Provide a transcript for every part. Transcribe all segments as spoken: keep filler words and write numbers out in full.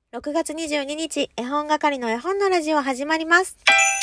ろくがつにじゅうににち、絵本係の絵本のラジオ始まります。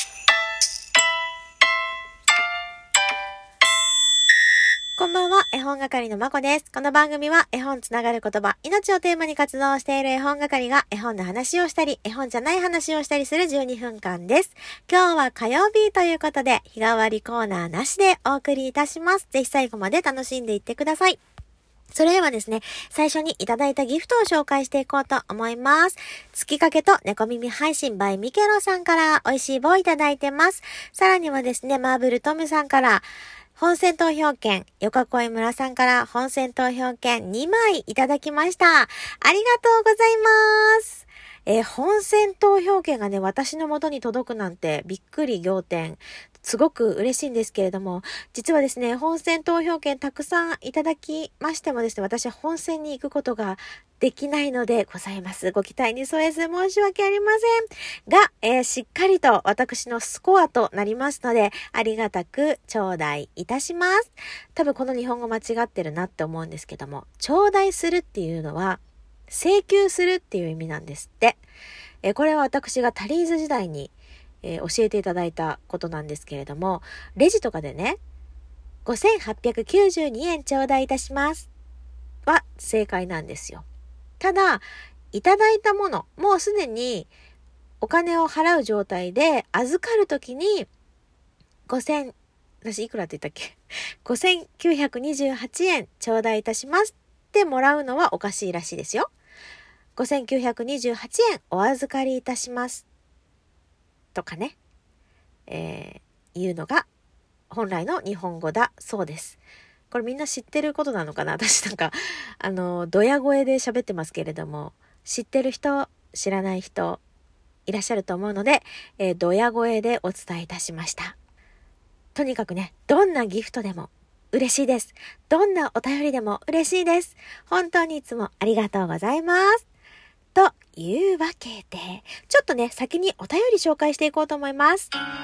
こんばんは、絵本係のまこです。この番組は絵本つながる言葉、命をテーマに活動している絵本係が絵本の話をしたり、絵本じゃない話をしたりするじゅうにふんかんです。今日は火曜日ということで、日替わりコーナーなしでお送りいたします。ぜひ最後まで楽しんでいってください。それではですね、最初にいただいたギフトを紹介していこうと思います。月かけと猫耳配信 by ミケロさんから美味しい棒をいただいてます。さらにはですね、マーブルトムさんから本選投票券、よかこい村さんから本選投票券にまいいただきました。ありがとうございます。えー、本選投票券がね、私の元に届くなんてびっくり仰天。すごく嬉しいんですけれども、実はですね、本選投票券たくさんいただきましてもですね、私は本選に行くことができないのでございます。ご期待に添えず申し訳ありません。が、えー、しっかりと私のスコアとなりますので、ありがたく頂戴いたします。多分この日本語間違ってるなって思うんですけども、頂戴するっていうのは、請求するっていう意味なんですって。えー、これは私がタリーズ時代にえー、教えていただいたことなんですけれども、レジとかでね、ごせんはっぴゃくきゅうじゅうにえん頂戴いたしますは正解なんですよ。ただ、いただいたもの、もうすでにお金を払う状態で預かるときにごせん、私いくらって言ったっけごせんきゅうひゃくにじゅうはちえん頂戴いたしますってもらうのはおかしいらしいですよ。ごせんきゅうひゃくにじゅうはちえんお預かりいたしますとかね、えー、いうのが本来の日本語だそうです。これみんな知ってることなのかな。私なんかあのドヤ声で喋ってますけれども、知ってる人知らない人いらっしゃると思うので、えー、ドヤ声でお伝えいたしました。とにかくね、どんなギフトでも嬉しいです。どんなお便りでも嬉しいです。本当にいつもありがとうございます。というわけで、ちょっとね、先にお便り紹介していこうと思います。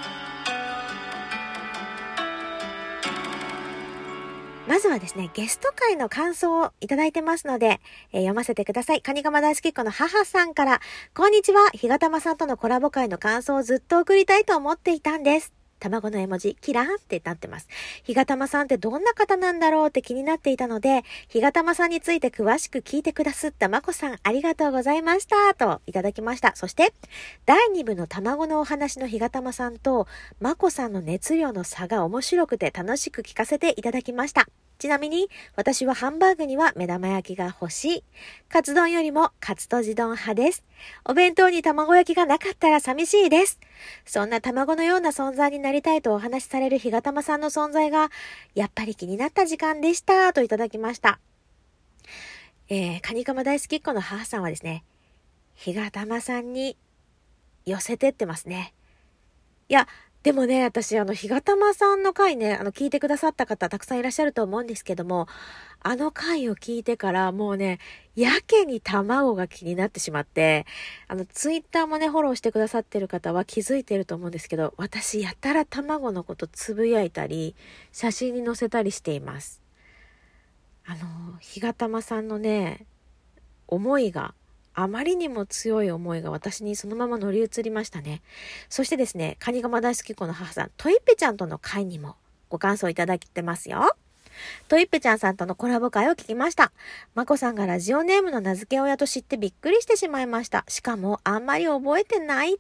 まずはですね、ゲスト会の感想をいただいてますので、えー、読ませてください。カニカマ大好きっ子の母さんから、こんにちは、ひがたまさんとのコラボ会の感想をずっと送りたいと思っていたんです。卵の絵文字、キラーンってなってます。ひがたまさんってどんな方なんだろうって気になっていたので、ひがたまさんについて詳しく聞いてくださったまこさん、ありがとうございました。といただきました。そして、だいにぶの卵のお話のひがたまさんと、まこさんの熱量の差が面白くて楽しく聞かせていただきました。ちなみに、私はハンバーグには目玉焼きが欲しい。カツ丼よりもカツとじ丼派です。お弁当に卵焼きがなかったら寂しいです。そんな卵のような存在になりたいとお話しされるひがたまさんの存在が、やっぱり気になった時間でした。といただきました。えー、カニカマ大好きっ子の母さんはですね、ひがたまさんに寄せてってますね。いや、でもね、私、あの、ひがたまさんの回ね、あの、聞いてくださった方、たくさんいらっしゃると思うんですけども、あの回を聞いてから、もうね、やけに卵が気になってしまって、あの、ツイッターもね、フォローしてくださってる方は気づいてると思うんですけど、私、やたら卵のことつぶやいたり、写真に載せたりしています。あの、ひがたまさんのね、思いが、あまりにも強い思いが私にそのまま乗り移りましたね。そしてですね、カニカマ大好きっ子の母さん、トイッペちゃんとの会にもご感想いただいてますよ。トイッペちゃんさんとのコラボ会を聞きました。まこさんがラジオネームの名付け親と知ってびっくりしてしまいました。しかもあんまり覚えてないって。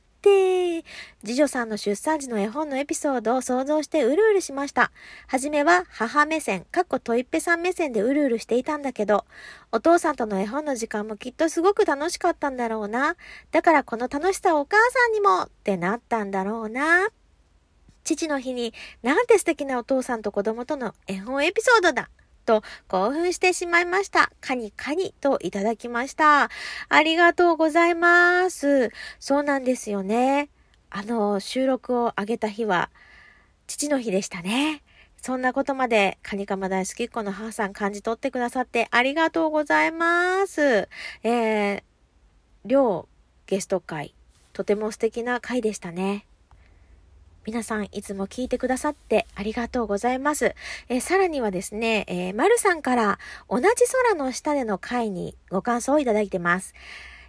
次女さんの出産時の絵本のエピソードを想像してうるうるしました。はじめは母目線、かっこトイッペさん目線でうるうるしていたんだけど、お父さんとの絵本の時間もきっとすごく楽しかったんだろうな。だからこの楽しさをお母さんにもってなったんだろうな。父の日になんて素敵なお父さんと子供との絵本エピソードだと興奮してしまいました。カニカニといただきました。ありがとうございます。そうなんですよね。あの収録を上げた日は父の日でしたね。そんなことまでカニカマ大好きっ子の母さん感じ取ってくださってありがとうございます。えー、両ゲスト会、とても素敵な会でしたね。皆さんいつも聞いてくださってありがとうございます。えー、さらにはですね、えー、まるさんから同じ空の下での会にご感想をいただいてます。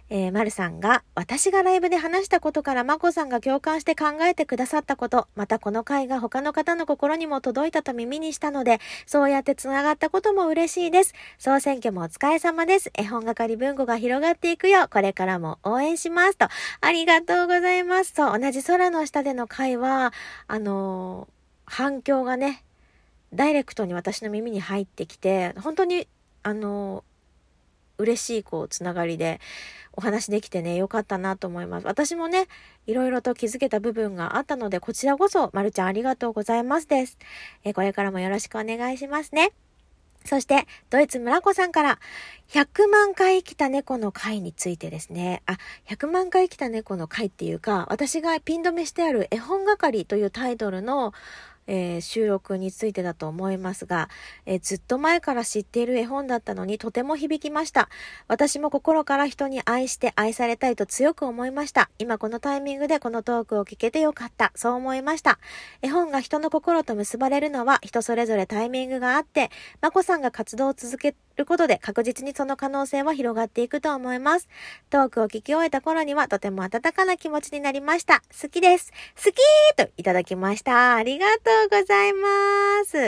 えー、まるさんが、私がライブで話したことからまこさんが共感して考えてくださったこと、またこの回が他の方の心にも届いたと耳にしたので、そうやってつながったことも嬉しいです。総選挙もお疲れ様です。絵本係文庫が広がっていくよ。これからも応援しますと。ありがとうございます。そう、同じ空の下での回は、あのー、反響がね、ダイレクトに私の耳に入ってきて、本当に、あのー、嬉しいこうつながりでお話できてね、よかったなと思います。私もね、いろいろと気づけた部分があったので、こちらこそ、まるちゃんありがとうございますです。えー、これからもよろしくお願いしますね。そして、ドイツ村子さんから、ひゃくまんかい生きた猫の回についてですね。あ、ひゃくまんかい生きた猫の回っていうか、私がピン止めしてある絵本係というタイトルの、えー、収録についてだと思いますが、えー、ずっと前から知っている絵本だったのにとても響きました。私も心から人に愛して愛されたいと強く思いました。今このタイミングでこのトークを聞けてよかった。そう思いました。絵本が人の心と結ばれるのは人それぞれタイミングがあって、まこさんが活動を続けることで確実にその可能性は広がっていくと思います。トークを聞き終えた頃にはとても温かな気持ちになりました。好きです。好きーといただきました。ありがとうございます。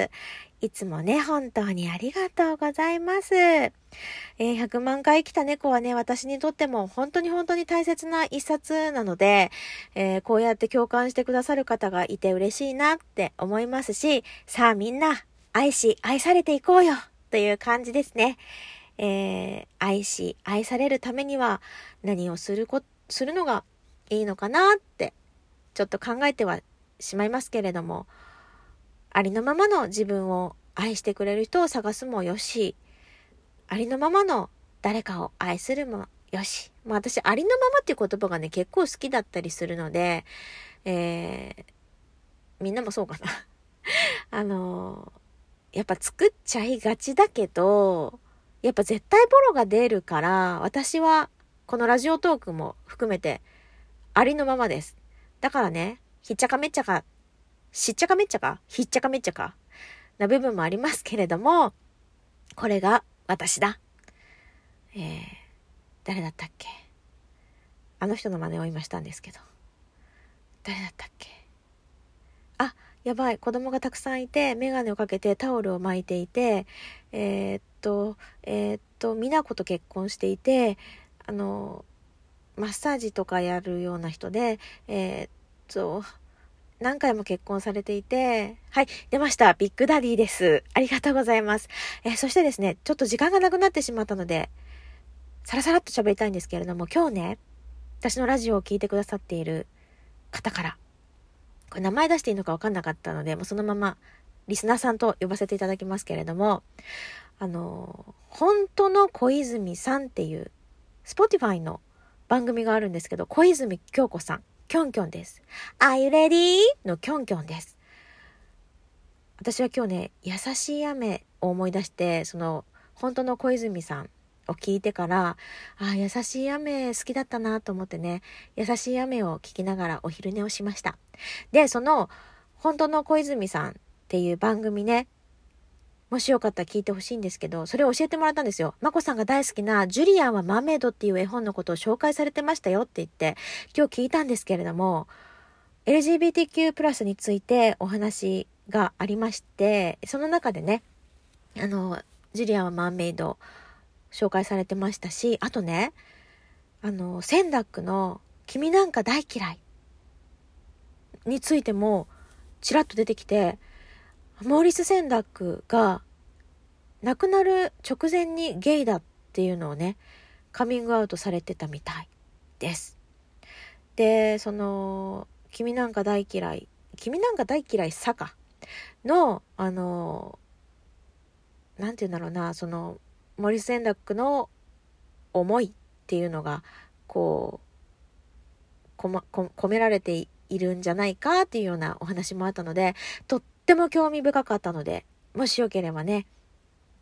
いつもね、本当にありがとうございます。えー、ひゃくまんかい生きた猫はね、私にとっても本当に本当に大切な一冊なので、えー、こうやって共感してくださる方がいて嬉しいなって思いますし、さあみんな、愛し愛されていこうよという感じですね。えー、愛し愛されるためには何をするこ、するのがいいのかなってちょっと考えてはしまいますけれども、ありのままの自分を愛してくれる人を探すもよし、ありのままの誰かを愛するもよし。まあ私、ありのままっていう言葉がね、結構好きだったりするので、えー、みんなもそうかな。あのー、やっぱ作っちゃいがちだけど、やっぱ絶対ボロが出るから、私はこのラジオトークも含めてありのままです。だからね、ひっちゃかめっちゃか、しっちゃかめっちゃか、ひっちゃかめっちゃかな部分もありますけれども、これが私だ。えー、誰だったっけ？あの人の真似を今したんですけど。誰だったっけ？あ、やばい。子供がたくさんいて、メガネをかけてタオルを巻いていて、えー、っと、えー、っと、みなこと結婚していて、あの、マッサージとかやるような人で、えー、っと、何回も結婚されていて、はい、出ました。ビッグダディです。ありがとうございます。えー、そしてですね、ちょっと時間がなくなってしまったので、さらさらっと喋りたいんですけれども、今日ね、私のラジオを聞いてくださっている方から、これ名前出していいのか分かんなかったので、もうそのままリスナーさんと呼ばせていただきますけれども、あの、本当の小泉さんっていう、Spotify の番組があるんですけど、小泉京子さん。キョンキョンです。Are you ready? のキョンキョンです。私は今日ね、優しい雨を思い出して、その、本当の小泉さんを聞いてから、あ、優しい雨好きだったなと思ってね、優しい雨を聞きながらお昼寝をしました。で、その、本当の小泉さんっていう番組ね、もしよかったら聞いてほしいんですけど、それを教えてもらったんですよ。まこさんが大好きなジュリアンはマーメイドっていう絵本のことを紹介されてましたよって言って、今日聞いたんですけれども、エルジービーティーキュー プラスについてお話がありまして、その中でね、あの、ジュリアンはマーメイド紹介されてましたし、あとね、あの、センダックの君なんか大嫌いについてもちらっと出てきて、モーリス・センダックが亡くなる直前にゲイだっていうのをね、カミングアウトされてたみたいです。で、その、君なんか大嫌い、君なんか大嫌いさかの、あの、なんていうんだろうな、その、モーリス・センダックの思いっていうのが、こう、こま、こ込められているんじゃないかっていうようなお話もあったので、とっても興味深かったので、もしよければね、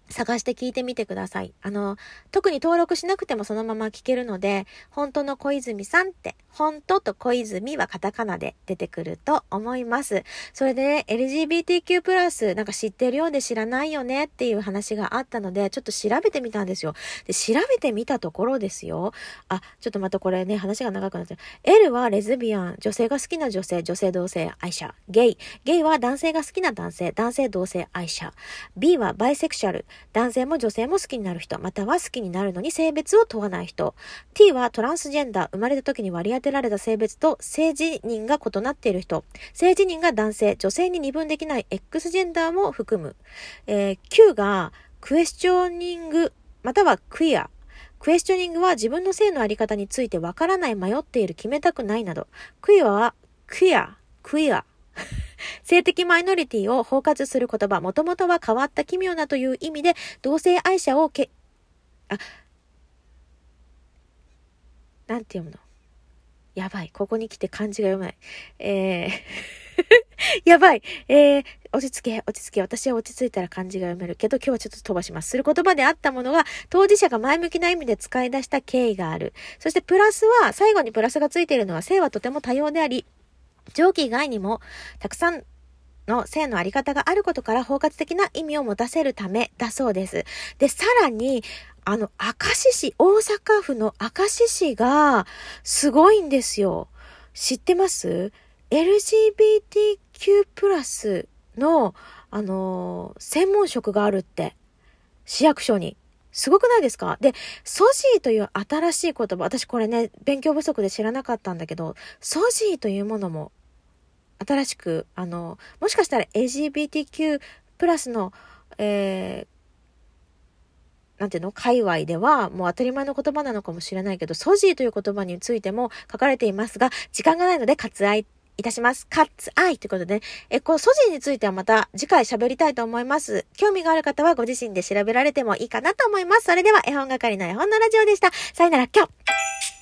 探して聞いてみてください。あの、特に登録しなくてもそのまま聞けるので、本当の小泉さんって、本当と小泉はカタカナで出てくると思います。それでね、エルジービーティーキュー プラス、なんか知ってるようで知らないよねっていう話があったので、ちょっと調べてみたんですよ。で、調べてみたところですよ。あ、ちょっとまたこれね、話が長くなっちゃう。L はレズビアン、女性が好きな女性、女性同性愛者。ゲイ、ゲイは男性が好きな男性、男性同性愛者。B はバイセクシャル、男性も女性も好きになる人、または好きになるのに性別を問わない人。T はトランスジェンダー、生まれた時に割り当てられた性別と性自認が異なっている人。性自認が男性、女性に二分できない X ジェンダーも含む。えー、Q がクエスチョニング、またはクイア。クエスチョニングは自分の性のあり方についてわからない、迷っている、決めたくないなど。クイアはクイア、クイア。性的マイノリティを包括する言葉、もともとは変わった奇妙なという意味で、同性愛者をけ、あ、なんて読むの？やばい。ここに来て漢字が読めない。えー、やばい。えー、落ち着け、落ち着け。私は落ち着いたら漢字が読めるけど、今日はちょっと飛ばします。する言葉であったものが、当事者が前向きな意味で使い出した経緯がある。そしてプラスは、最後にプラスがついているのは、性はとても多様であり、上記以外にもたくさんの性のあり方があることから包括的な意味を持たせるためだそうです。で、さらに、あの、明石市、大阪府の明石市がすごいんですよ。知ってます？ エルジービーティーキュー プラスの、あのー、専門職があるって、市役所に。すごくないですか？で、ソジーという新しい言葉、私これね、勉強不足で知らなかったんだけど、ソジーというものも新しく、あの、もしかしたら エルジービーティーキュー プラスの、えー、なんていうの？界隈ではもう当たり前の言葉なのかもしれないけど、ソジーという言葉についても書かれていますが、時間がないので割愛いたします。割愛ということで、ね、え、このソジーについてはまた次回喋りたいと思います。興味がある方はご自身で調べられてもいいかなと思います。それでは絵本係の絵本のラジオでした。さよなら、今日